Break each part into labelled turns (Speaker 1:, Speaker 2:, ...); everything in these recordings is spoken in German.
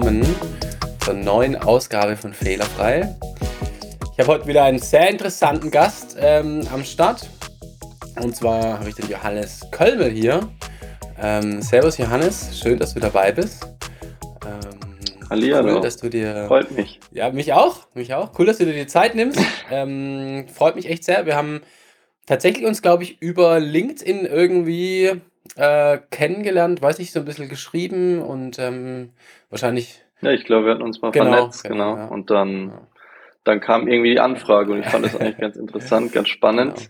Speaker 1: willkommen zur neuen Ausgabe von Fehlerfrei. Ich habe heute wieder einen sehr interessanten Gast am Start. Und zwar habe ich den Johannes Kölmel hier. Servus Johannes, schön, dass du dabei bist.
Speaker 2: Hallihallo.
Speaker 1: Cool, dass du dir...
Speaker 2: Freut mich.
Speaker 1: Ja, mich auch. Cool, dass du dir die Zeit nimmst. Freut mich echt sehr. Wir haben tatsächlich uns, glaube ich, über LinkedIn irgendwie kennengelernt, weiß nicht, so ein bisschen geschrieben und wahrscheinlich...
Speaker 2: Ja, ich glaube, wir hatten uns mal vernetzt, genau.
Speaker 1: Ja.
Speaker 2: Und dann kam irgendwie die Anfrage und ich fand das eigentlich ganz interessant, ganz spannend.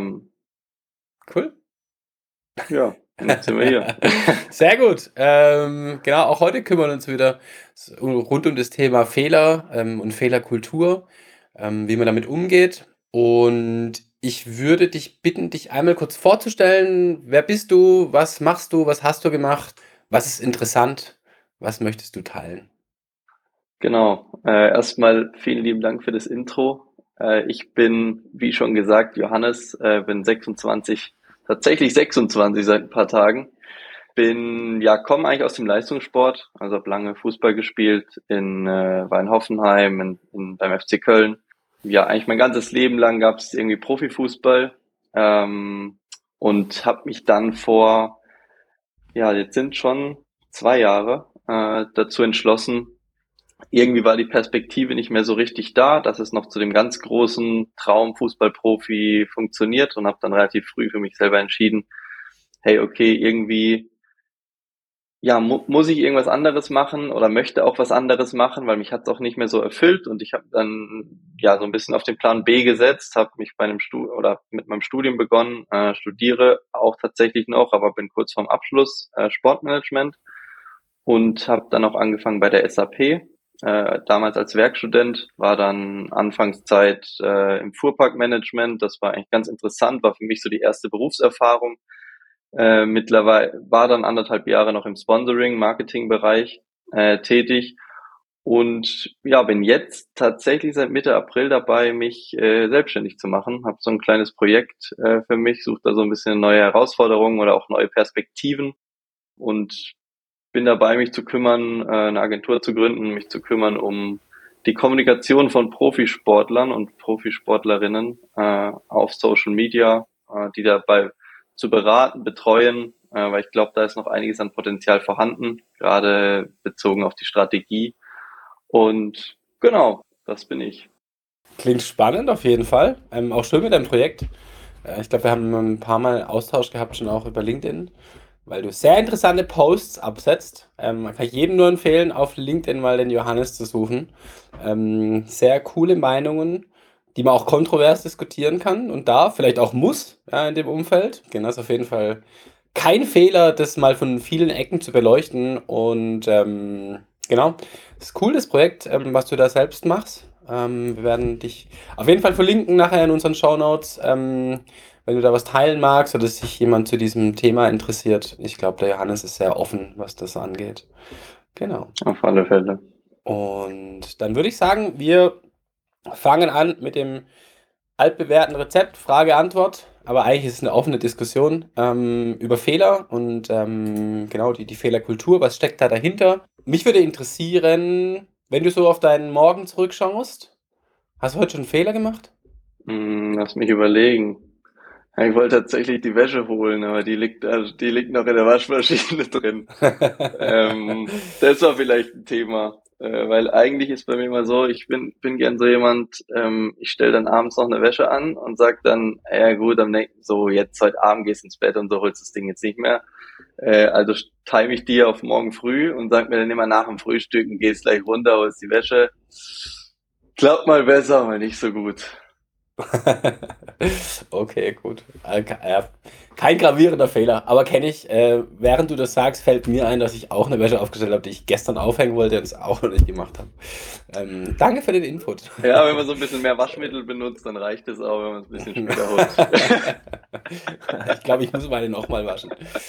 Speaker 1: Cool.
Speaker 2: Ja, und jetzt sind wir hier.
Speaker 1: Sehr gut. Genau, auch heute kümmern wir uns wieder rund um das Thema Fehler und Fehlerkultur, wie man damit umgeht. Und ich würde dich bitten, dich einmal kurz vorzustellen. Wer bist du? Was machst du? Was hast du gemacht? Was ist interessant? Was möchtest du teilen?
Speaker 2: Genau. Erstmal vielen lieben Dank für das Intro. Ich bin, wie schon gesagt, Johannes, bin 26, tatsächlich 26 seit ein paar Tagen. Komme eigentlich aus dem Leistungssport, also habe lange Fußball gespielt war in Hoffenheim, beim FC Köln. Ja, eigentlich mein ganzes Leben lang gab es irgendwie Profifußball und habe mich dann jetzt sind schon 2 Jahre dazu entschlossen. Irgendwie war die Perspektive nicht mehr so richtig da, dass es noch zu dem ganz großen Traum Fußballprofi funktioniert und habe dann relativ früh für mich selber entschieden, hey, okay, irgendwie muss ich irgendwas anderes machen oder möchte auch was anderes machen, weil mich hat es auch nicht mehr so erfüllt und ich habe dann so ein bisschen auf den Plan B gesetzt, habe mich mit meinem Studium begonnen, studiere auch tatsächlich noch, aber bin kurz vorm Abschluss Sportmanagement und habe dann auch angefangen bei der SAP, damals als Werkstudent, war dann Anfangszeit im Fuhrparkmanagement, das war eigentlich ganz interessant, war für mich so die erste Berufserfahrung. Mittlerweile war dann 1,5 Jahre noch im Sponsoring, Marketingbereich tätig und bin jetzt tatsächlich seit Mitte April dabei, mich selbstständig zu machen. Habe so ein kleines Projekt für mich, suche da so ein bisschen neue Herausforderungen oder auch neue Perspektiven und bin dabei, mich zu kümmern, eine Agentur zu gründen, mich zu kümmern um die Kommunikation von Profisportlern und Profisportlerinnen auf Social Media, die dabei zu beraten, betreuen, weil ich glaube, da ist noch einiges an Potenzial vorhanden, gerade bezogen auf die Strategie. Und genau, das bin ich.
Speaker 1: Klingt spannend auf jeden Fall. Auch schön mit deinem Projekt. Ich glaube, wir haben ein paar Mal Austausch gehabt, schon auch über LinkedIn, weil du sehr interessante Posts absetzt. Kann ich jedem nur empfehlen, auf LinkedIn mal den Johannes zu suchen. Sehr coole Meinungen, die man auch kontrovers diskutieren kann und darf, vielleicht auch muss, ja, in dem Umfeld. Genau, ist auf jeden Fall kein Fehler, das mal von vielen Ecken zu beleuchten. Und genau, das ist cool, das Projekt, was du da selbst machst. Wir werden dich auf jeden Fall verlinken nachher in unseren Shownotes, wenn du da was teilen magst oder sich jemand zu diesem Thema interessiert. Ich glaube, der Johannes ist sehr offen, was das angeht. Genau.
Speaker 2: Auf alle Fälle.
Speaker 1: Und dann würde ich sagen, wir fangen an mit dem altbewährten Rezept, Frage-Antwort. Aber eigentlich ist es eine offene Diskussion über Fehler und genau die Fehlerkultur. Was steckt da dahinter? Mich würde interessieren, wenn du so auf deinen Morgen zurückschaust, hast du heute schon einen Fehler gemacht?
Speaker 2: Lass mich überlegen. Ja, ich wollte tatsächlich die Wäsche holen, aber die liegt noch in der Waschmaschine drin. Das war vielleicht ein Thema, weil eigentlich ist bei mir immer so, ich bin gern so jemand, ich stelle dann abends noch eine Wäsche an und sag dann, ja gut, so jetzt heute Abend gehst ins Bett und so holst das Ding jetzt nicht mehr. Also time ich die auf morgen früh und sag mir dann immer nach dem Frühstücken, gehst gleich runter, holst die Wäsche. Klappt mal besser, mal nicht so gut.
Speaker 1: Okay, gut. Kein gravierender Fehler, aber kenne ich. Während du das sagst, fällt mir ein, dass ich auch eine Wäsche aufgestellt habe, die ich gestern aufhängen wollte und es auch noch nicht gemacht habe. Danke für den Input.
Speaker 2: Ja, wenn man so ein bisschen mehr Waschmittel benutzt, dann reicht es auch, wenn man es ein bisschen später holt.
Speaker 1: Ich glaube, ich muss meine nochmal waschen.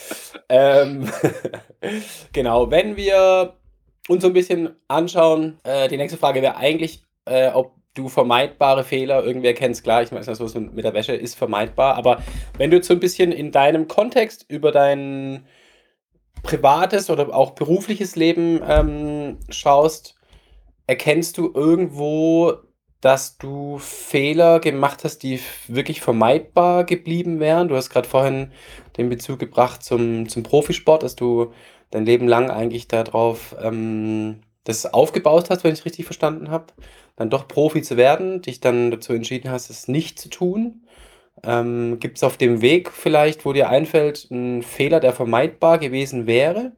Speaker 1: Genau, wenn wir uns so ein bisschen anschauen, die nächste Frage wäre eigentlich, ob du vermeidbare Fehler irgendwie erkennst. Klar, ich meine, das was mit der Wäsche ist vermeidbar, aber wenn du jetzt so ein bisschen in deinem Kontext über dein privates oder auch berufliches Leben schaust, erkennst du irgendwo, dass du Fehler gemacht hast, die wirklich vermeidbar geblieben wären? Du hast gerade vorhin den Bezug gebracht zum Profisport, dass du dein Leben lang eigentlich darauf das aufgebaut hast, wenn ich es richtig verstanden habe, dann doch Profi zu werden, dich dann dazu entschieden hast, es nicht zu tun. Gibt es auf dem Weg vielleicht, wo dir einfällt, einen Fehler, der vermeidbar gewesen wäre?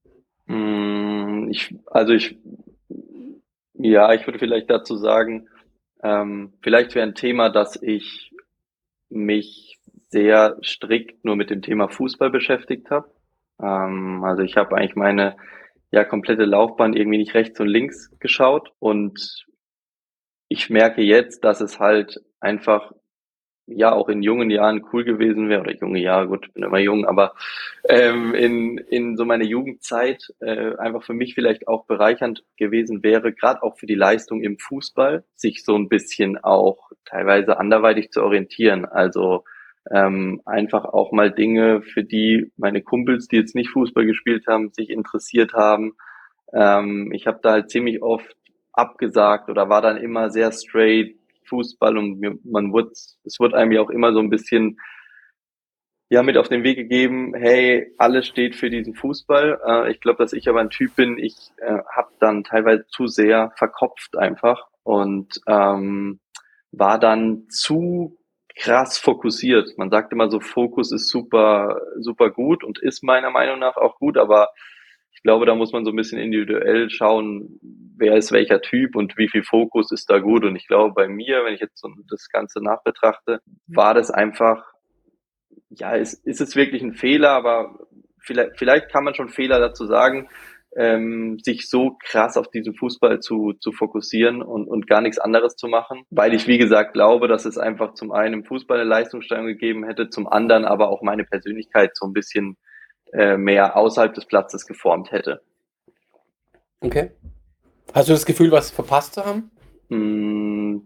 Speaker 2: Ich ja, ich würde vielleicht dazu sagen, vielleicht wäre ein Thema, dass ich mich sehr strikt nur mit dem Thema Fußball beschäftigt habe. Also ich habe eigentlich meine ja komplette Laufbahn irgendwie nicht rechts und links geschaut und ich merke jetzt, dass es halt einfach ja auch in jungen Jahren cool gewesen wäre, oder junge Jahre, gut, ich bin immer jung, aber in so meiner Jugendzeit einfach für mich vielleicht auch bereichernd gewesen wäre, gerade auch für die Leistung im Fußball, sich so ein bisschen auch teilweise anderweitig zu orientieren. Also einfach auch mal Dinge, für die meine Kumpels, die jetzt nicht Fußball gespielt haben, sich interessiert haben. Ich habe da halt ziemlich oft abgesagt oder war dann immer sehr straight Fußball und es wurde einem ja auch immer so ein bisschen ja mit auf den Weg gegeben, hey, alles steht für diesen Fußball. Ich glaube, dass ich aber ein Typ bin, ich habe dann teilweise zu sehr verkopft einfach und war dann zu krass fokussiert. Man sagt immer so, Fokus ist super, super gut und ist meiner Meinung nach auch gut, aber ich glaube, da muss man so ein bisschen individuell schauen, wer ist welcher Typ und wie viel Fokus ist da gut. Und ich glaube, bei mir, wenn ich jetzt so das Ganze nachbetrachte, war das einfach, ja, ist es wirklich ein Fehler, aber vielleicht kann man schon Fehler dazu sagen, sich so krass auf diesen Fußball zu fokussieren und gar nichts anderes zu machen, weil ich, wie gesagt, glaube, dass es einfach zum einen im Fußball eine Leistungssteigerung gegeben hätte, zum anderen aber auch meine Persönlichkeit so ein bisschen mehr außerhalb des Platzes geformt hätte.
Speaker 1: Okay. Hast du das Gefühl, was verpasst zu haben?
Speaker 2: Mm,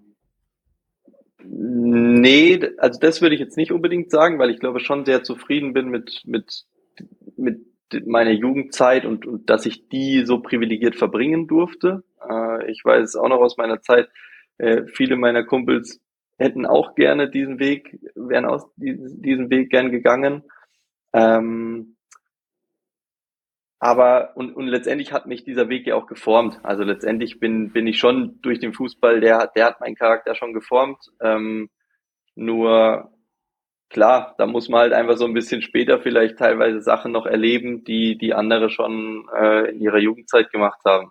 Speaker 2: nee, also das würde ich jetzt nicht unbedingt sagen, weil ich glaube schon sehr zufrieden bin mit meiner Jugendzeit und dass ich die so privilegiert verbringen durfte. Ich weiß auch noch aus meiner Zeit, viele meiner Kumpels hätten auch gerne wären aus diesen Weg gern gegangen. Ähm, und letztendlich hat mich dieser Weg ja auch geformt. Also letztendlich bin ich schon durch den Fußball, der hat meinen Charakter schon geformt. Nur klar, da muss man halt einfach so ein bisschen später vielleicht teilweise Sachen noch erleben, die andere schon in ihrer Jugendzeit gemacht haben.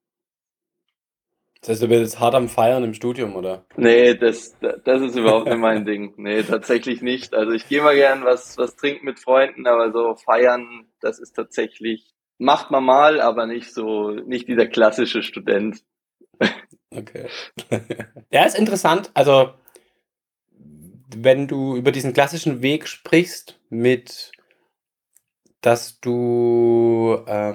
Speaker 1: Das heißt, du bist jetzt hart am Feiern im Studium, oder?
Speaker 2: Nee, das ist überhaupt nicht mein Ding. Nee, tatsächlich nicht. Also ich gehe mal gern was trinken mit Freunden, aber so feiern, das ist tatsächlich, macht man mal, aber nicht so, nicht dieser klassische Student.
Speaker 1: Okay. Ja, ist interessant. Also, wenn du über diesen klassischen Weg sprichst, mit, dass du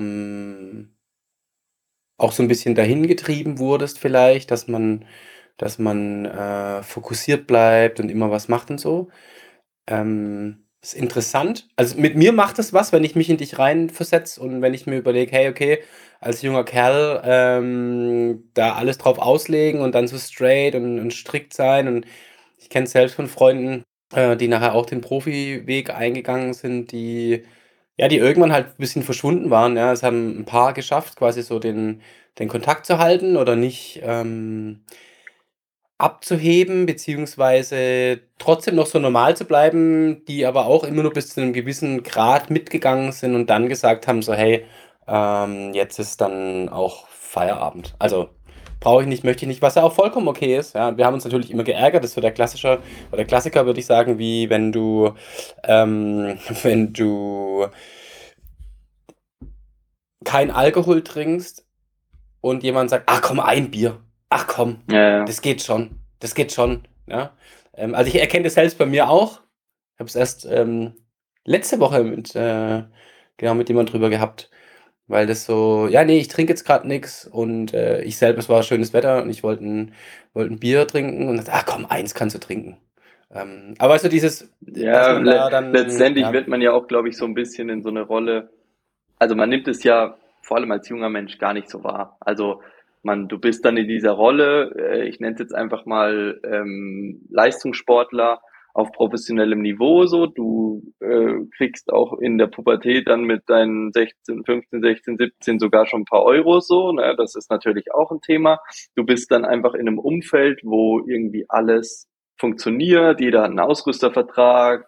Speaker 1: auch so ein bisschen dahin getrieben wurdest vielleicht, dass man fokussiert bleibt und immer was macht und so. Ist interessant. Also, mit mir macht es was, wenn ich mich in dich reinversetze und wenn ich mir überlege: „Hey, okay, als junger Kerl, da alles drauf auslegen und dann so straight und strikt sein.“ Und ich kenne es selbst von Freunden, die nachher auch den Profiweg eingegangen sind, die irgendwann halt ein bisschen verschwunden waren, ja. Es haben ein paar geschafft, quasi so den Kontakt zu halten oder nicht, abzuheben, beziehungsweise trotzdem noch so normal zu bleiben, die aber auch immer nur bis zu einem gewissen Grad mitgegangen sind und dann gesagt haben, so: „Hey, jetzt ist dann auch Feierabend.“ Also, brauche ich nicht, möchte ich nicht, was ja auch vollkommen okay ist, ja. Wir haben uns natürlich immer geärgert, das ist so der Klassiker, würde ich sagen, wie wenn du wenn du kein Alkohol trinkst und jemand sagt: „Ach komm, ein Bier. Ach komm,
Speaker 2: Ja,
Speaker 1: das geht schon. Das geht schon“, ja? Also, ich erkenne das selbst bei mir auch. Ich habe es erst, letzte Woche mit jemand drüber gehabt, weil das so: „Ja, nee, ich trinke jetzt gerade nix“ und, ich selber, es war schönes Wetter und ich wollte 'n Bier trinken und dachte: „Ach komm, eins kannst du trinken.“ aber weißt du, dieses dass
Speaker 2: ja,
Speaker 1: man da dann
Speaker 2: letztendlich
Speaker 1: ja,
Speaker 2: wird man ja auch, glaube ich, so ein bisschen in so eine Rolle, also man nimmt es ja vor allem als junger Mensch gar nicht so wahr. Also du bist dann in dieser Rolle, ich nenne es jetzt einfach mal Leistungssportler auf professionellem Niveau so. Du kriegst auch in der Pubertät dann mit deinen 16, 15, 16, 17 sogar schon ein paar Euros so. Ne? Das ist natürlich auch ein Thema. Du bist dann einfach in einem Umfeld, wo irgendwie alles funktioniert, jeder hat einen Ausrüstervertrag,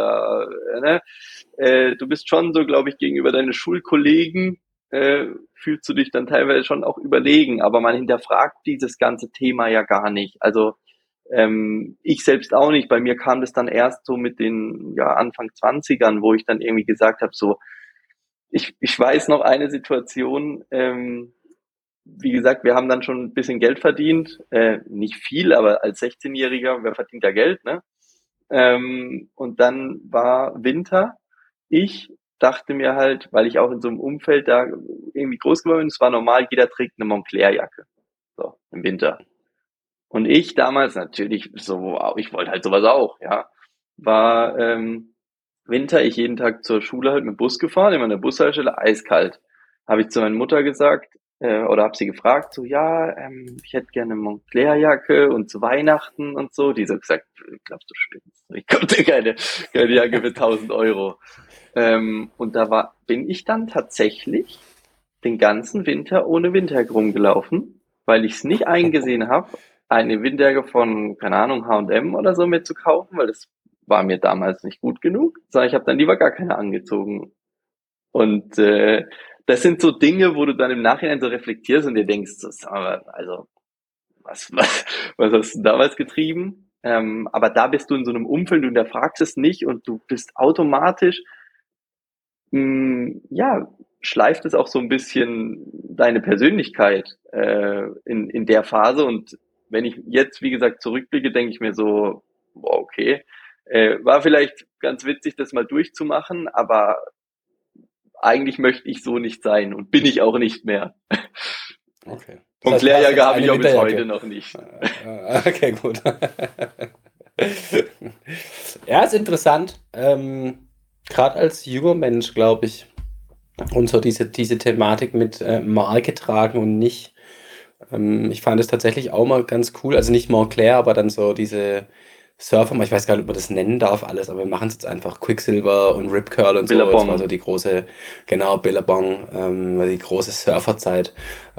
Speaker 2: du bist schon so, glaube ich, gegenüber deinen Schulkollegen, fühlst du dich dann teilweise schon auch überlegen, aber man hinterfragt dieses ganze Thema ja gar nicht. Also ich selbst auch nicht. Bei mir kam das dann erst so mit den Anfang Zwanzigern, wo ich dann irgendwie gesagt habe, so, ich weiß noch eine Situation, wie gesagt, wir haben dann schon ein bisschen Geld verdient, nicht viel, aber als 16-Jähriger, wer verdient da Geld, ne? Und dann war Winter. Ich dachte mir halt, weil ich auch in so einem Umfeld da irgendwie groß geworden bin, es war normal, jeder trägt eine Moncler-Jacke, so im Winter. Und ich damals natürlich so, ich wollte halt sowas auch, ja. War Winter, ich jeden Tag zur Schule halt mit dem Bus gefahren, immer in der Bushaltestelle, eiskalt. Habe ich zu meiner Mutter gesagt, oder habe sie gefragt, so, ja, ich hätte gerne eine Moncler-Jacke und zu Weihnachten und so. Die so gesagt, ich glaub, du spinnst. Ich konnte keine Jacke für 1.000 Euro. Und bin ich dann tatsächlich den ganzen Winter ohne Winterjacke rumgelaufen, weil ich es nicht eingesehen habe, eine Winterjacke von, keine Ahnung, H&M oder so mir zu kaufen, weil das war mir damals nicht gut genug, sondern ich habe dann lieber gar keine angezogen. Und das sind so Dinge, wo du dann im Nachhinein so reflektierst und dir denkst, so, also was hast du damals getrieben? Aber da bist du in so einem Umfeld, du hinterfragst es nicht und du bist automatisch ja, schleift es auch so ein bisschen deine Persönlichkeit in der Phase. Und wenn ich jetzt, wie gesagt, zurückblicke, denke ich mir so, boah, okay, war vielleicht ganz witzig, das mal durchzumachen, aber eigentlich möchte ich so nicht sein und bin ich auch nicht mehr.
Speaker 1: Okay. Das
Speaker 2: Und
Speaker 1: heißt, du hast
Speaker 2: Klärjacke
Speaker 1: jetzt
Speaker 2: habe ich
Speaker 1: eine
Speaker 2: auch bis heute
Speaker 1: Winterjacke.
Speaker 2: noch nicht.
Speaker 1: Okay, gut. Ja, ist interessant. Gerade als junger Mensch, glaube ich, und so diese Thematik mit Marke tragen und nicht. Ich fand es tatsächlich auch mal ganz cool. Also nicht Moncler, aber dann so diese Surfer, ich weiß gar nicht, ob man das nennen darf, alles, aber wir machen es jetzt einfach Quicksilver und Rip Curl und so. Das war so
Speaker 2: Billabong.
Speaker 1: die große, genau, Billabong, die große Surferzeit,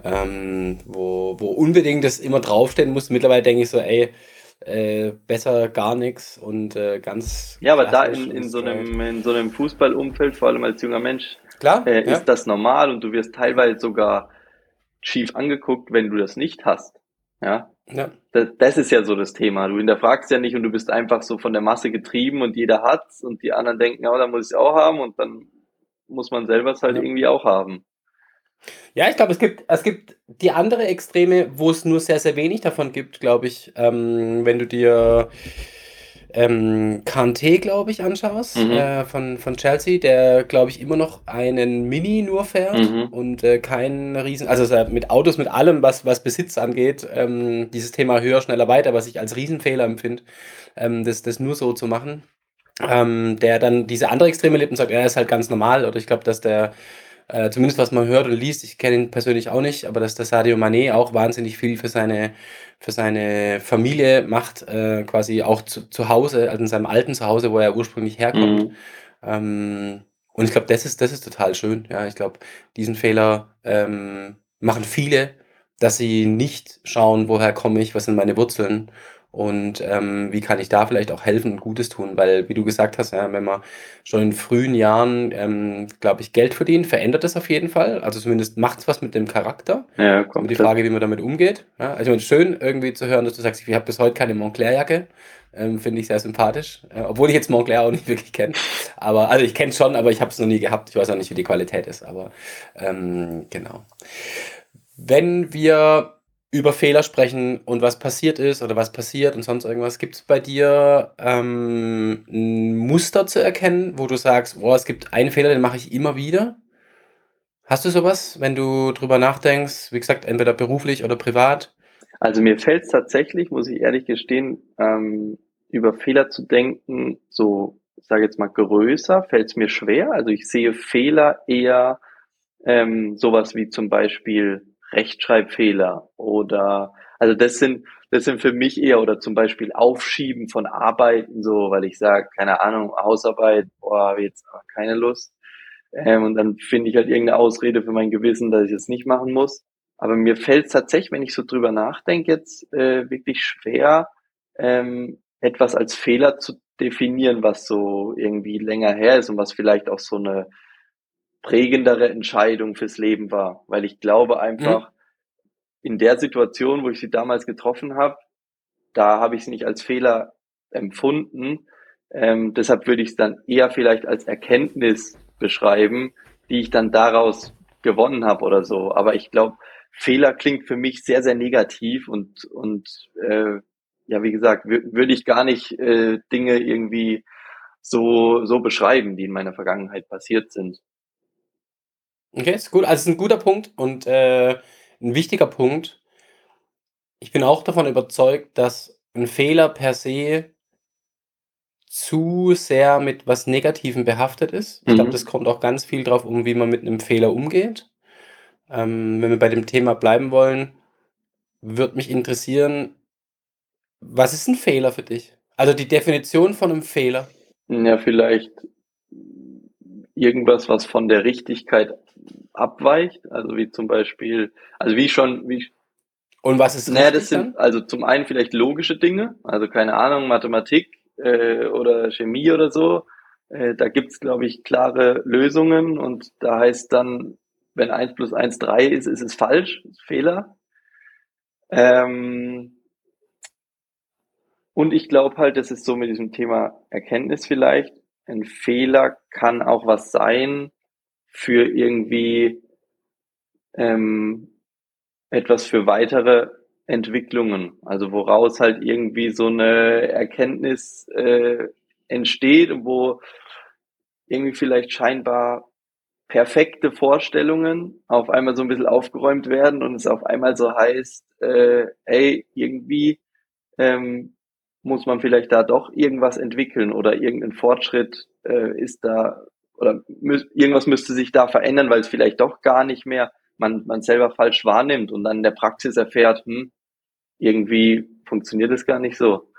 Speaker 1: wo unbedingt das immer draufstehen muss. Mittlerweile denke ich so, ey, besser gar nichts und ganz
Speaker 2: Ja, aber da
Speaker 1: klassisch und straight.
Speaker 2: in so einem Fußballumfeld, vor allem als junger Mensch,
Speaker 1: Klar,
Speaker 2: ist
Speaker 1: ja,
Speaker 2: das normal und du wirst teilweise sogar schief angeguckt, wenn du das nicht hast. Ja,
Speaker 1: ja,
Speaker 2: das ist ja so das Thema. Du hinterfragst ja nicht und du bist einfach so von der Masse getrieben und jeder hat's und die anderen denken, ja, da muss ich auch haben und dann muss man selber es halt
Speaker 1: ja.
Speaker 2: irgendwie auch haben.
Speaker 1: Ja, ich glaube, es gibt die andere Extreme, wo es nur sehr, sehr wenig davon gibt, glaube ich. Wenn du dir Kanté, glaube ich, anschaust,
Speaker 2: Mhm,
Speaker 1: von Chelsea, der, glaube ich, immer noch einen Mini nur fährt
Speaker 2: mhm,
Speaker 1: und keinen Riesen, also mit Autos, mit allem, was Besitz angeht, dieses Thema höher, schneller, weiter, was ich als Riesenfehler empfinde, das nur so zu machen. Der dann diese andere Extreme lebt und sagt, er ist halt ganz normal, oder ich glaube, dass der zumindest was man hört und liest, ich kenne ihn persönlich auch nicht, aber dass der Sadio Mané auch wahnsinnig viel für seine Familie macht, quasi auch zu Hause, also in seinem alten Zuhause, wo er ursprünglich herkommt.
Speaker 2: mhm.
Speaker 1: Und ich glaube, das ist total schön. Ja, ich glaube, diesen Fehler machen viele, dass sie nicht schauen, woher komme ich, was sind meine Wurzeln und wie kann ich da vielleicht auch helfen und Gutes tun, weil, wie du gesagt hast, ja, wenn man schon in frühen Jahren, glaube ich, Geld verdient, verändert das auf jeden Fall. Also zumindest macht es was mit dem Charakter.
Speaker 2: Ja,
Speaker 1: Ist immer die
Speaker 2: komplett.
Speaker 1: Frage, wie man damit umgeht. Ja, also ich meine, schön irgendwie zu hören, dass du sagst, ich habe bis heute keine Moncler-Jacke. Finde ich sehr sympathisch. Obwohl ich jetzt Moncler auch nicht wirklich kenne. Aber, also ich kenne es schon, aber ich habe es noch nie gehabt. Ich weiß auch nicht, wie die Qualität ist. Aber genau. Wenn wir über Fehler sprechen und was passiert ist oder was passiert und sonst irgendwas, gibt es bei dir ein Muster zu erkennen, wo du sagst, boah, es gibt einen Fehler, den mache ich immer wieder? Hast du sowas, wenn du drüber nachdenkst, wie gesagt, entweder beruflich oder privat?
Speaker 2: Also mir fällt es tatsächlich, muss ich ehrlich gestehen, über Fehler zu denken, so, ich sage jetzt mal größer, fällt es mir schwer. Also ich sehe Fehler eher sowas wie zum Beispiel Rechtschreibfehler oder also das sind für mich eher oder zum Beispiel Aufschieben von Arbeiten so, weil ich sage, keine Ahnung, Hausarbeit, boah, habe jetzt keine Lust. Und dann finde ich halt irgendeine Ausrede für mein Gewissen, dass ich es nicht machen muss. Aber mir fällt es tatsächlich, wenn ich so drüber nachdenke, jetzt wirklich schwer, etwas als Fehler zu definieren, was so irgendwie länger her ist und was vielleicht auch so eine prägendere Entscheidung fürs Leben war. Weil ich glaube
Speaker 1: Mhm.
Speaker 2: einfach, in der Situation, wo ich sie damals getroffen habe, da habe ich es nicht als Fehler empfunden. Deshalb würde ich es dann eher vielleicht als Erkenntnis beschreiben, die ich dann daraus gewonnen habe oder so. Aber ich glaube, Fehler klingt für mich sehr, sehr negativ und ja, wie gesagt, würde ich gar nicht Dinge irgendwie so beschreiben, die in meiner Vergangenheit passiert sind.
Speaker 1: Okay, ist gut. Also, es ist ein guter Punkt und, 'n wichtiger Punkt. Ich bin auch davon überzeugt, dass ein Fehler per se zu sehr mit was Negativem behaftet ist. Ich glaube, das
Speaker 2: Mhm.
Speaker 1: kommt auch ganz viel drauf wie man mit einem Fehler umgeht. Wenn wir bei dem Thema bleiben wollen, würde mich interessieren, was ist ein Fehler für dich? Also, die Definition von einem Fehler.
Speaker 2: Ja, vielleicht irgendwas, was von der Richtigkeit abweicht, also wie zum Beispiel, also
Speaker 1: Und was ist
Speaker 2: naja, das
Speaker 1: richtig
Speaker 2: sind
Speaker 1: dann?
Speaker 2: also zum einen vielleicht logische Dinge, also keine Ahnung, Mathematik oder Chemie oder so. Da gibt's, glaube ich, klare Lösungen und da heißt dann, wenn 1 + 1 3 ist, ist es falsch, ist Fehler. Ähm, und ich glaube halt, das ist so mit diesem Thema Erkenntnis vielleicht. Ein Fehler kann auch was sein für irgendwie ähm, etwas für weitere Entwicklungen, also woraus halt irgendwie so eine Erkenntnis entsteht und wo irgendwie vielleicht scheinbar perfekte Vorstellungen auf einmal so ein bisschen aufgeräumt werden und es auf einmal so heißt, ey, irgendwie ähm, muss man vielleicht da doch irgendwas entwickeln oder irgendein Fortschritt ist da oder irgendwas müsste sich da verändern, weil es vielleicht doch gar nicht mehr man selber falsch wahrnimmt und dann in der Praxis erfährt, irgendwie funktioniert es gar nicht so.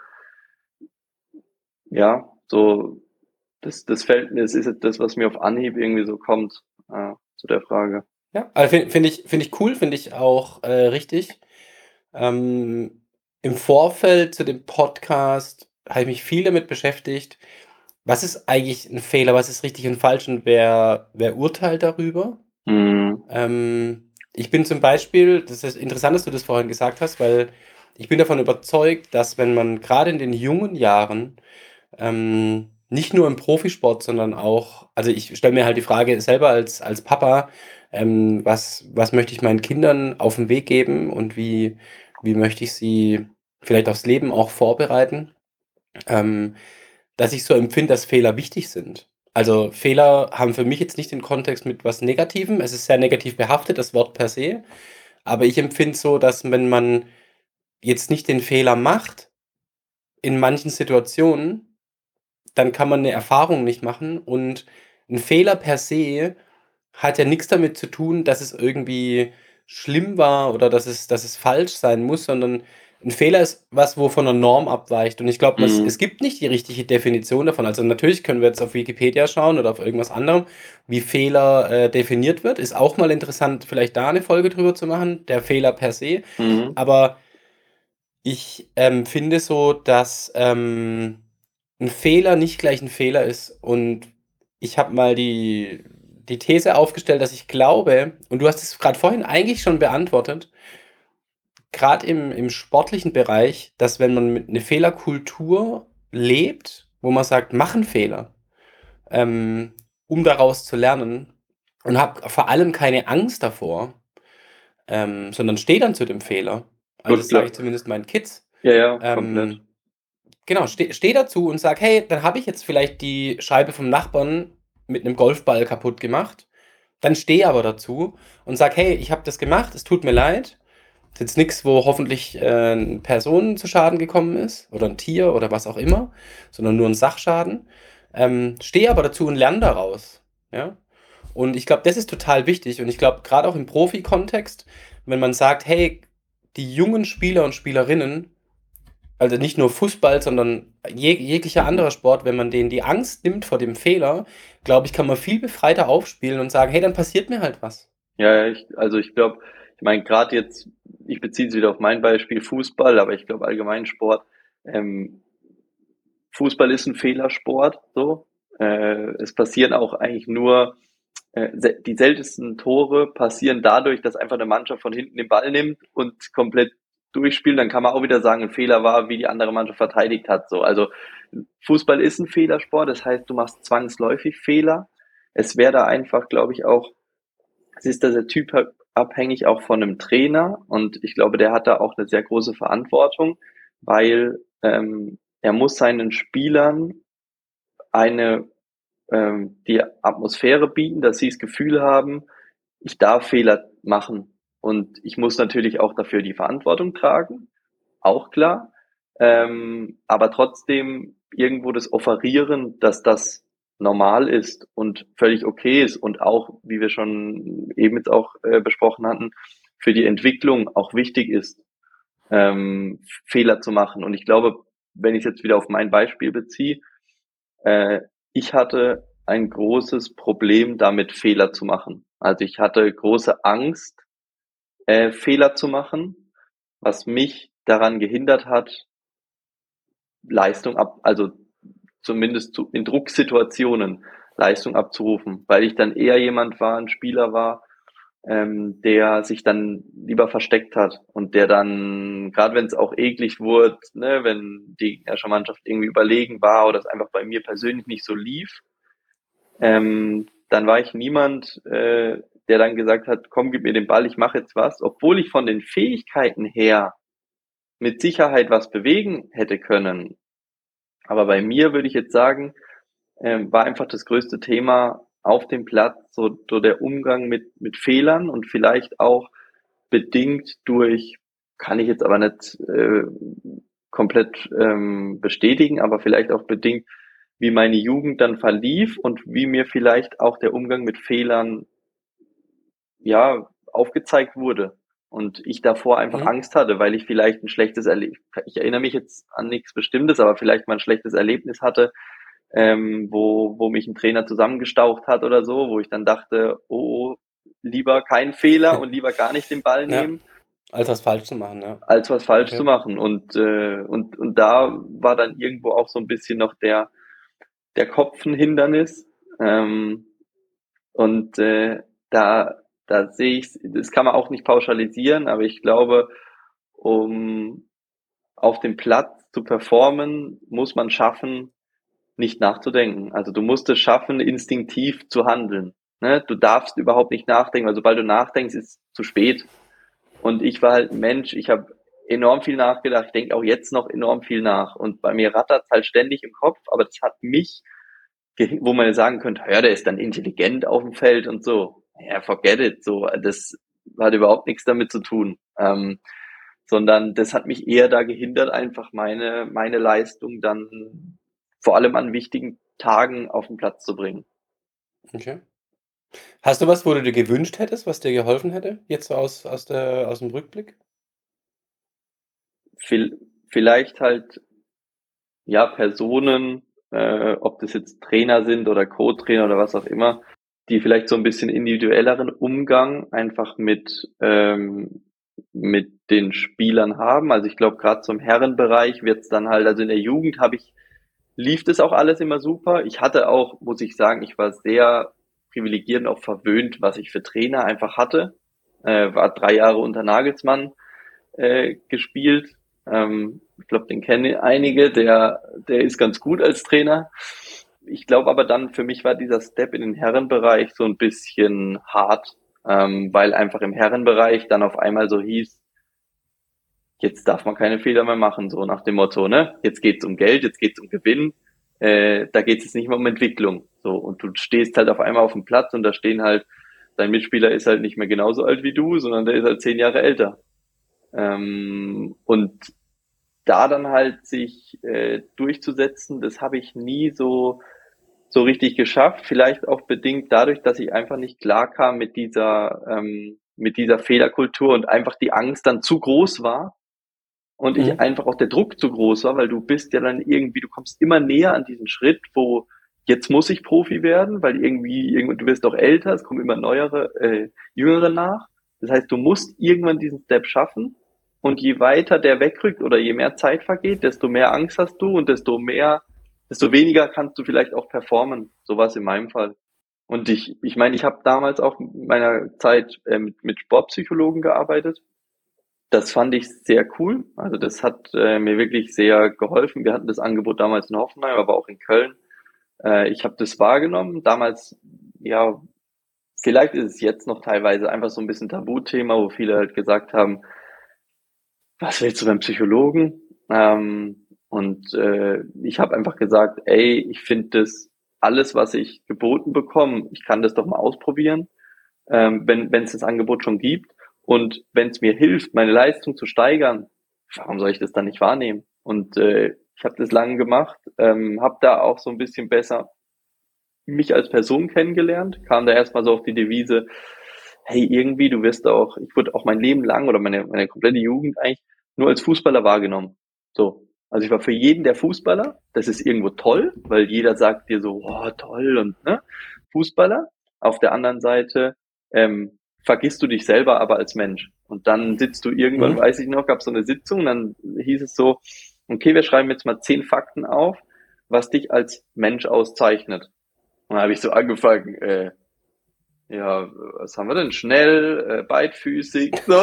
Speaker 2: Ja, so das Verhältnis ist jetzt das, was mir auf Anhieb irgendwie so kommt zu der Frage.
Speaker 1: Ja, also, finde ich cool, finde ich auch, richtig. Ähm, Im Vorfeld zu dem Podcast habe ich mich viel damit beschäftigt, was ist eigentlich ein Fehler, was ist richtig und falsch und wer urteilt darüber?
Speaker 2: Mhm.
Speaker 1: Ich bin zum Beispiel das ist interessant, dass du das vorhin gesagt hast, weil ich bin davon überzeugt, dass wenn man gerade in den jungen Jahren, nicht nur im Profisport, sondern auch also, ich stelle mir halt die Frage selber als Papa, was möchte ich meinen Kindern auf den Weg geben und wie möchte ich sie vielleicht aufs Leben auch vorbereiten? Ähm, Dass ich so empfinde, dass Fehler wichtig sind. Also, Fehler haben für mich jetzt nicht den Kontext mit was Negativem. Es ist sehr negativ behaftet, das Wort per se. Aber ich empfinde so, dass wenn man jetzt nicht den Fehler macht in manchen Situationen, dann kann man 'ne Erfahrung nicht machen und 'n Fehler per se hat ja nix damit zu tun, dass es irgendwie schlimm war oder dass es falsch sein muss, sondern 'n Fehler ist was, wo von 'ner Norm abweicht. Und ich glaube, es
Speaker 2: Mhm.
Speaker 1: gibt nicht die richtige Definition davon. Also, natürlich können wir jetzt auf Wikipedia schauen oder auf irgendwas anderem, wie Fehler, definiert wird. Ist auch mal interessant, vielleicht da 'ne Folge drüber zu machen, der Fehler per se.
Speaker 2: Mhm.
Speaker 1: Aber ich, finde so, dass, 'n Fehler nicht gleich 'n Fehler ist und ich habe mal die These aufgestellt, dass ich glaube und du hast es grad vorhin eigentlich schon beantwortet, grad im sportlichen Bereich, dass wenn man mit 'ne Fehlerkultur lebt, wo man sagt: „Mach 'n Fehler, ähm, um daraus zu lernen und hab vor allem keine Angst davor, sondern stehe dann zu dem Fehler.“ Also,
Speaker 2: Gut,
Speaker 1: das sage
Speaker 2: klar.
Speaker 1: ich zumindest meinen Kids.
Speaker 2: Ja, ja, komplett.
Speaker 1: Ähm Genau, steh dazu und sag: „Hey, dann habe ich jetzt vielleicht die Scheibe vom Nachbarn mit 'nem Golfball kaputt gemacht.“ Dann steh aber dazu und sag: „Hey, ich habe das gemacht, es tut mir leid.“ Ist jetzt nix, wo hoffentlich, 'ne Person zu Schaden gekommen ist oder 'n Tier oder was auch immer, sondern nur 'n Sachschaden. Stehe aber dazu und lerne daraus, ja? Und ich glaube, das ist total wichtig. Und ich glaube, gerade auch im Profi-Kontext, wenn man sagt, hey, die jungen Spieler und Spielerinnen, also nicht nur Fußball, sondern jeglicher
Speaker 2: Mhm.
Speaker 1: anderer Sport, wenn man denen die Angst nimmt vor dem Fehler, glaube ich, kann man viel befreiter aufspielen und sagen, hey, dann passiert mir halt was.
Speaker 2: Ja, also ich glaube, ich meine, gerade jetzt, ich beziehe es wieder auf mein Beispiel Fußball, aber ich glaube allgemein Sport, ähm, Fußball ist ein Fehlersport, so. Es passieren auch eigentlich nur, die seltensten Tore passieren dadurch, dass einfach eine Mannschaft von hinten den Ball nimmt und komplett durchspielt. Dann kann man auch wieder sagen, ein Fehler war, wie die andere Mannschaft verteidigt hat. So, also Fußball ist ein Fehlersport, das heißt, du machst zwangsläufig Fehler. Es wäre da einfach, glaube ich, auch, es ist da sehr typabhängig auch von einem Trainer und ich glaube, der hat da auch eine sehr große Verantwortung, weil er muss seinen Spielern eine die Atmosphäre bieten, dass sie das Gefühl haben, ich darf Fehler machen und ich muss natürlich auch dafür die Verantwortung tragen, auch klar, aber trotzdem irgendwo das offerieren, dass das normal ist und völlig okay ist und auch, wie wir schon eben jetzt auch besprochen hatten, für die Entwicklung auch wichtig ist, Fehler zu machen. Und ich glaube, wenn ich es jetzt wieder auf mein Beispiel beziehe, äh, ich hatte ein großes Problem damit, Fehler zu machen. Also ich hatte große Angst, Fehler zu machen, was mich daran gehindert hat, also zumindest in Drucksituationen Leistung abzurufen, weil ich dann eher jemand war, ein Spieler war, der sich dann lieber versteckt hat und der dann, gerade wenn es auch eklig wurde, ne, wenn die gegnerische Mannschaft irgendwie überlegen war oder es einfach bei mir persönlich nicht so lief, dann war ich niemand, der dann gesagt hat, komm, gib mir den Ball, ich mache jetzt was, obwohl ich von den Fähigkeiten her mit Sicherheit was bewegen hätte können. Aber bei mir würde ich jetzt sagen, war einfach das größte Thema auf dem Platz, so der Umgang mit Fehlern und vielleicht auch bedingt durch, kann ich jetzt aber nicht komplett bestätigen, aber vielleicht auch bedingt, wie meine Jugend dann verlief und wie mir vielleicht auch der Umgang mit Fehlern ja aufgezeigt wurde. Und ich davor einfach
Speaker 1: Mhm.
Speaker 2: Angst hatte, weil ich vielleicht ein schlechtes Erlebnis, ich erinnere mich jetzt an nichts Bestimmtes, aber vielleicht mal ein schlechtes Erlebnis hatte, wo mich ein Trainer zusammengestaucht hat oder so, wo ich dann dachte, oh, lieber kein Fehler und lieber gar nicht den Ball
Speaker 1: Ja,
Speaker 2: nehmen,
Speaker 1: als was falsch zu machen, ja.
Speaker 2: als was falsch zu
Speaker 1: Okay.
Speaker 2: machen. Und da war dann irgendwo auch so ein bisschen noch der Kopf ein Hindernis. Ähm, und da sehe ich, das kann man auch nicht pauschalisieren, aber ich glaube, um auf dem Platz zu performen, muss man schaffen, nicht nachzudenken. Also du musst es schaffen, instinktiv zu handeln. Ne? Du darfst überhaupt nicht nachdenken, weil sobald du nachdenkst, ist es zu spät. Und ich war halt ein Mensch, ich habe enorm viel nachgedacht, ich denke auch jetzt noch enorm viel nach. Und bei mir rattert es halt ständig im Kopf, aber das hat mich, wo man ja sagen könnte, ja, der ist dann intelligent auf dem Feld und so. Ja, forget it. So, das hat überhaupt nichts damit zu tun. Sondern das hat mich eher da gehindert, einfach meine Leistung dann vor allem an wichtigen Tagen auf den Platz zu bringen.
Speaker 1: Okay. Hast du was, wo du dir gewünscht hättest, was dir geholfen hätte, jetzt so aus dem Rückblick?
Speaker 2: Vielleicht halt, ja, Personen, ob das jetzt Trainer sind oder Co-Trainer oder was auch immer, die vielleicht so ein bisschen individuelleren Umgang einfach mit den Spielern haben. Also ich glaube, gerade zum Herrenbereich wird's dann halt, also in der Jugend lief das auch alles immer super. Ich hatte auch, muss ich sagen, ich war sehr privilegiert und auch verwöhnt, was ich für Trainer einfach hatte. War 3 Jahre unter Nagelsmann gespielt. Ich glaube, den kennen einige, der ist ganz gut als Trainer. Ich glaube aber dann, für mich war dieser Step in den Herrenbereich so ein bisschen hart, weil einfach im Herrenbereich dann auf einmal so hieß, jetzt darf man keine Fehler mehr machen, so nach dem Motto, ne? Jetzt geht's um Geld, jetzt geht's um Gewinn, da geht's jetzt nicht mehr um Entwicklung. So, und du stehst halt auf einmal auf dem Platz und da stehen halt, dein Mitspieler ist halt nicht mehr genauso alt wie du, sondern der ist halt 10 Jahre älter. Und da dann halt sich durchzusetzen, das habe ich nie so so richtig geschafft. Vielleicht auch bedingt dadurch, dass ich einfach nicht klar kam mit dieser Fehlerkultur und einfach die Angst dann zu groß war und ich
Speaker 1: Mhm.
Speaker 2: einfach auch der Druck zu groß war, weil du bist ja dann irgendwie, du kommst immer näher an diesen Schritt, wo jetzt muss ich Profi werden, weil irgendwie du wirst auch älter, es kommen immer Jüngere nach. Das heißt, du musst irgendwann diesen Step schaffen und je weiter der wegrückt oder je mehr Zeit vergeht, desto mehr Angst hast du und desto weniger kannst du vielleicht auch performen. So war es in meinem Fall. Und ich meine, ich habe damals auch in meiner Zeit mit Sportpsychologen gearbeitet. Das fand ich sehr cool. Also das hat mir wirklich sehr geholfen. Wir hatten das Angebot damals in Hoffenheim, aber auch in Köln. Ich habe das wahrgenommen. Damals, ja, vielleicht ist es jetzt noch teilweise einfach so ein bisschen Tabuthema, wo viele halt gesagt haben, was willst du beim Psychologen? Ich habe einfach gesagt, ey, ich finde das alles, was ich geboten bekomme, ich kann das doch mal ausprobieren, wenn es das Angebot schon gibt. Und wenn es mir hilft, meine Leistung zu steigern, warum soll ich das dann nicht wahrnehmen? Ich habe das lange gemacht, habe da auch so ein bisschen besser mich als Person kennengelernt, kam da erstmal so auf die Devise, hey, irgendwie, ich wurde auch mein Leben lang oder meine komplette Jugend eigentlich nur als Fußballer wahrgenommen. So. Also ich war für jeden der Fußballer. Das ist irgendwo toll, weil jeder sagt dir so, oh, toll und ne, Fußballer. Auf der anderen Seite vergisst du dich selber aber als Mensch. Und dann sitzt du irgendwann,
Speaker 1: Mhm.
Speaker 2: weiß ich noch, gab es so eine Sitzung, dann hieß es so, okay, wir schreiben jetzt mal 10 Fakten auf, was dich als Mensch auszeichnet. Und dann habe ich so angefangen, ja, was haben wir denn? Schnell, beidfüßig, so.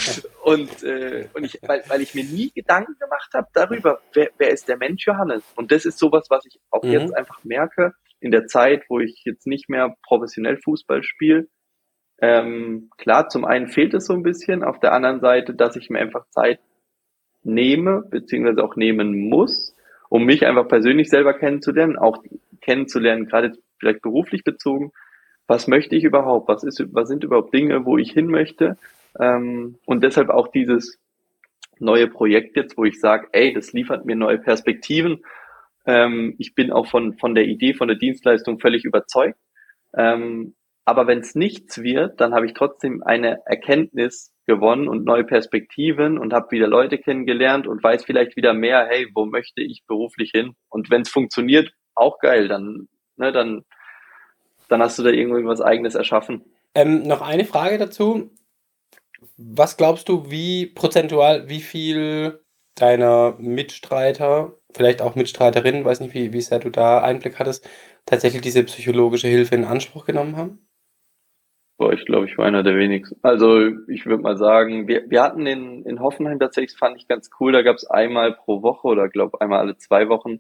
Speaker 2: Weil ich mir nie Gedanken gemacht habe darüber, wer ist der Mensch Johannes? Und das ist sowas, was ich auch jetzt
Speaker 1: Mhm.
Speaker 2: einfach merke, in der Zeit, wo ich jetzt nicht mehr professionell Fußball spiele. Klar, zum einen fehlt es so ein bisschen, auf der anderen Seite, dass ich mir einfach Zeit nehme, beziehungsweise auch nehmen muss, um mich einfach persönlich selber kennenzulernen, auch kennenzulernen, gerade vielleicht beruflich bezogen. Was möchte ich überhaupt? Was sind überhaupt Dinge, wo ich hin möchte? Und deshalb auch dieses neue Projekt jetzt, wo ich sage, ey, das liefert mir neue Perspektiven. Ich bin auch von der Idee, von der Dienstleistung völlig überzeugt. Ähm, aber wenn es nichts wird, dann habe ich trotzdem eine Erkenntnis gewonnen und neue Perspektiven und habe wieder Leute kennengelernt und weiß vielleicht wieder mehr, hey, wo möchte ich beruflich hin? Und wenn es funktioniert, auch geil, dann hast du da irgendwie was Eigenes erschaffen.
Speaker 1: Noch eine Frage dazu. Was glaubst du, wie prozentual, wie viel deiner Mitstreiter, vielleicht auch Mitstreiterinnen, weiß nicht, wie sehr du da Einblick hattest, tatsächlich diese psychologische Hilfe in Anspruch genommen haben?
Speaker 2: Boah, ich glaube, ich war einer der wenigsten. Also ich würde mal sagen, wir hatten in Hoffenheim tatsächlich, das fand ich ganz cool, da gab es einmal pro Woche oder glaube einmal alle 2 Wochen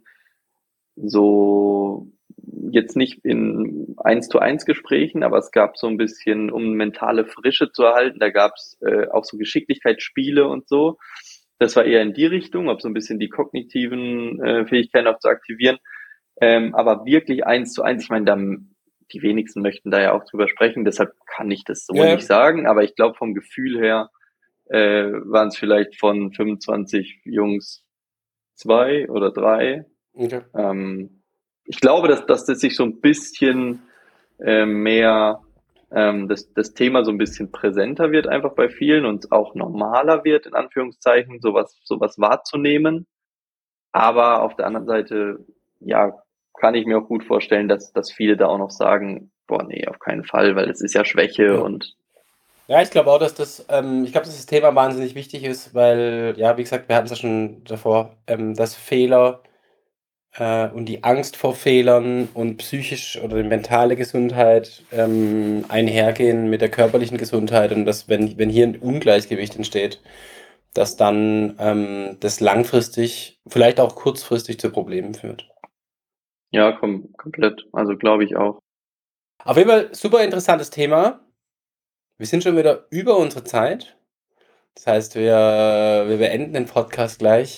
Speaker 2: so jetzt nicht in Eins-zu-eins Gesprächen, aber es gab so ein bisschen, um mentale Frische zu erhalten, da gab es auch so Geschicklichkeitsspiele und so. Das war eher in die Richtung, ob so ein bisschen die kognitiven Fähigkeiten auch zu aktivieren. Aber wirklich 1:1, ich meine, die wenigsten möchten da ja auch drüber sprechen, deshalb kann ich das so
Speaker 1: Ja,
Speaker 2: nicht
Speaker 1: ja.
Speaker 2: sagen, aber ich glaube vom Gefühl her waren es vielleicht von 25 Jungs 2 oder 3.
Speaker 1: Okay.
Speaker 2: ähm, Ich glaube, dass das sich so ein bisschen mehr, das Thema so ein bisschen präsenter wird einfach bei vielen und auch normaler wird, in Anführungszeichen, sowas wahrzunehmen. Aber auf der anderen Seite, ja, kann ich mir auch gut vorstellen, dass viele da auch noch sagen, boah, nee, auf keinen Fall, weil es ist ja Schwäche
Speaker 1: Ja.
Speaker 2: und
Speaker 1: Ja, ich glaube auch, ich glaube, dass das Thema wahnsinnig wichtig ist, weil, ja, wie gesagt, wir hatten es ja schon davor, dass Fehler und die Angst vor Fehlern und psychisch oder die mentale Gesundheit einhergehen mit der körperlichen Gesundheit und dass, wenn hier ein Ungleichgewicht entsteht, dass dann das langfristig, vielleicht auch kurzfristig zu Problemen führt.
Speaker 2: ja, komplett. Also glaube ich auch.
Speaker 1: Auf jeden Fall super interessantes Thema. Wir sind schon wieder über unsere Zeit. Das heißt, wir beenden den Podcast gleich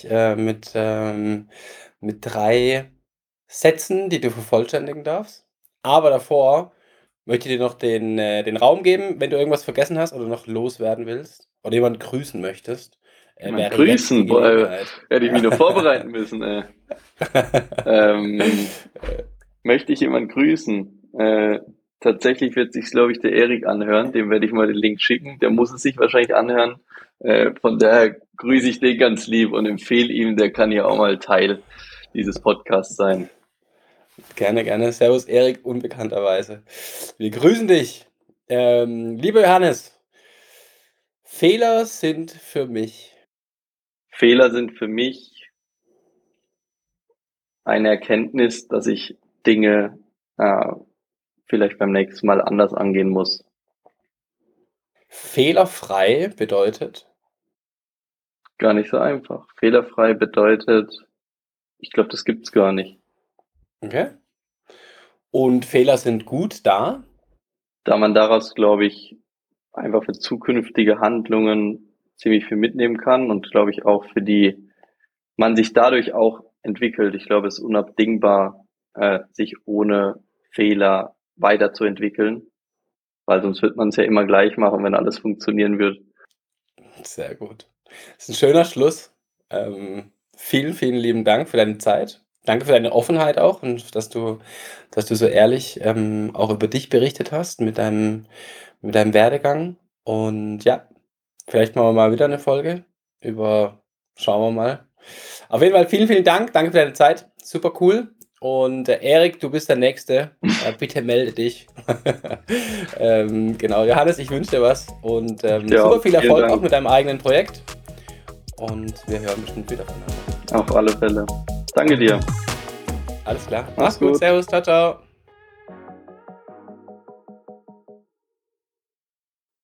Speaker 1: mit 3 Sätzen, die du vervollständigen darfst. Aber davor möchte ich dir noch den Raum geben, wenn du irgendwas vergessen hast oder noch loswerden willst oder jemanden grüßen möchtest,
Speaker 2: Mal
Speaker 1: wäre jetzt die
Speaker 2: grüßen, boah,
Speaker 1: Gelegenheit.
Speaker 2: hätte ich mich nur vorbereiten müssen, ey. Ähm, Möchte ich jemand grüßen? Tatsächlich wird sich, glaube ich, der Erik anhören. Dem werde ich mal den Link schicken. Der muss es sich wahrscheinlich anhören. Von daher grüße ich den ganz lieb und empfehle ihm, der kann ja auch mal Teil dieses Podcasts sein.
Speaker 1: Gerne, gerne. Servus, Erik, unbekannterweise. Wir grüßen dich. Lieber Johannes, Fehler sind für mich.
Speaker 2: Fehler sind für mich eine Erkenntnis, dass ich Dinge äh, vielleicht beim nächsten Mal anders angehen muss.
Speaker 1: Fehlerfrei bedeutet.
Speaker 2: Gar nicht so einfach. Fehlerfrei bedeutet, ich glaube, das gibt's gar nicht.
Speaker 1: Okay. Und Fehler sind gut da.
Speaker 2: Da man daraus, glaube ich, einfach für zukünftige Handlungen ziemlich viel mitnehmen kann und glaube ich auch für die man sich dadurch auch entwickelt. Ich glaube, es ist unabdingbar, sich ohne Fehler weiterzuentwickeln, weil sonst wird man es ja immer gleich machen, wenn alles funktionieren wird.
Speaker 1: Sehr gut. Das ist ein schöner Schluss. Vielen, vielen lieben Dank für deine Zeit. Danke für deine Offenheit auch und dass du so ehrlich auch über dich berichtet hast mit deinem Werdegang. Und ja, vielleicht machen wir mal wieder eine Folge über, schauen wir mal. Auf jeden Fall vielen, vielen Dank. Danke für deine Zeit. Super cool. Und Erik, du bist der Nächste. Bitte melde dich. Genau, Johannes, ich wünsche dir was und
Speaker 2: Ja,
Speaker 1: super viel
Speaker 2: vielen
Speaker 1: Erfolg auch
Speaker 2: Dank.
Speaker 1: mit deinem eigenen Projekt. Und wir hören bestimmt wieder voneinander.
Speaker 2: Auf alle Fälle. Danke dir.
Speaker 1: Alles klar.
Speaker 2: Mach's
Speaker 1: Mach's gut.
Speaker 2: gut.
Speaker 1: Servus. Ciao, ciao.